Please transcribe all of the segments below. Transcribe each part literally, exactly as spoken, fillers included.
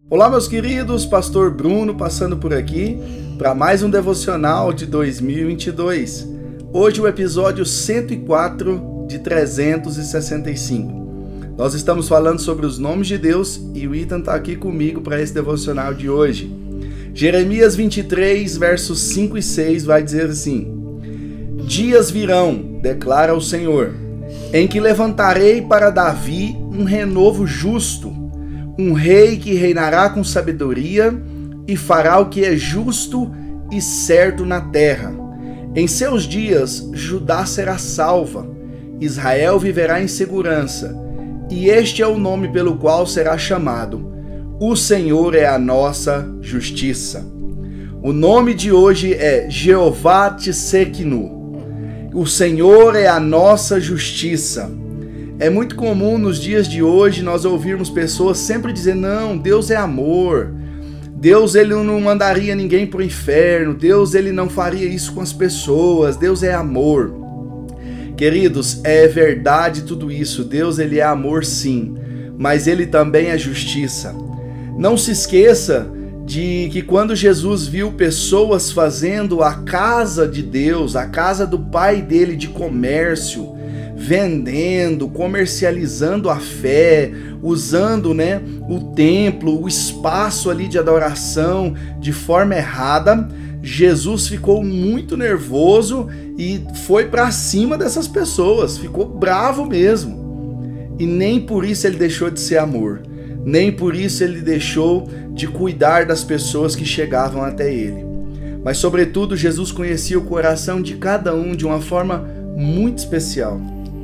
Olá, meus queridos, Pastor Bruno passando por aqui para mais um devocional de dois mil e vinte e dois. Hoje o episódio cento e quatro de trezentos e sessenta e cinco. Nós estamos falando sobre os nomes de Deus e o Ethan está aqui comigo para esse devocional de hoje. Jeremias vinte e três, versos cinco e seis vai dizer assim: Dias virão, declara o Senhor, em que levantarei para Davi um renovo justo, um rei que reinará com sabedoria e fará o que é justo e certo na terra. Em seus dias, Judá será salva, Israel viverá em segurança, e este é o nome pelo qual será chamado: O Senhor é a nossa justiça. O nome de hoje é Jeová Tsidkenu. O Senhor é a nossa justiça. É muito comum nos dias de hoje nós ouvirmos pessoas sempre dizer: não, Deus é amor, Deus ele não mandaria ninguém para o inferno, Deus ele não faria isso com as pessoas, Deus é amor. Queridos, é verdade tudo isso, Deus ele é amor sim, mas ele também é justiça. Não se esqueça de que quando Jesus viu pessoas fazendo a casa de Deus, a casa do Pai dele de comércio, vendendo, comercializando a fé, usando, né, o templo, o espaço ali de adoração de forma errada, Jesus ficou muito nervoso e foi para cima dessas pessoas, ficou bravo mesmo. E nem por isso ele deixou de ser amor, nem por isso ele deixou de cuidar das pessoas que chegavam até ele. Mas sobretudo Jesus conhecia o coração de cada um de uma forma muito especial.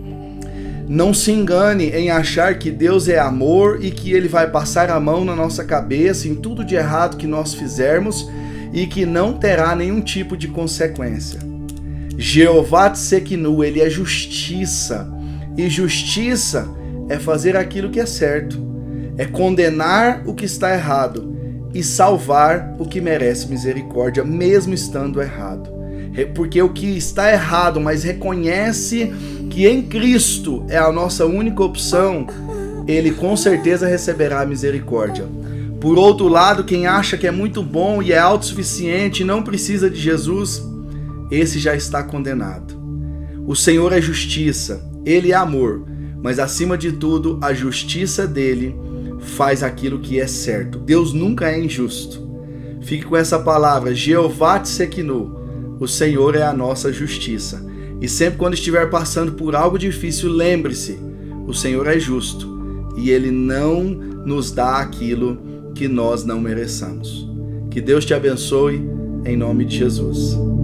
Não se engane em achar que Deus é amor e que Ele vai passar a mão na nossa cabeça em tudo de errado que nós fizermos e que não terá nenhum tipo de consequência. Jeová Tsidkenu, Ele é justiça, e justiça é fazer aquilo que é certo, é condenar o que está errado e salvar o que merece misericórdia, mesmo estando errado. Porque o que está errado, mas reconhece que em Cristo é a nossa única opção, ele com certeza receberá a misericórdia. Por outro lado, quem acha que é muito bom e é autossuficiente e não precisa de Jesus, esse já está condenado. O Senhor é justiça, ele é amor, mas acima de tudo, a justiça dele faz aquilo que é certo. Deus nunca é injusto. Fique com essa palavra, Jeová Tsidkenu. O Senhor é a nossa justiça. E sempre quando estiver passando por algo difícil, lembre-se, o Senhor é justo e Ele não nos dá aquilo que nós não mereçamos. Que Deus te abençoe, em nome de Jesus.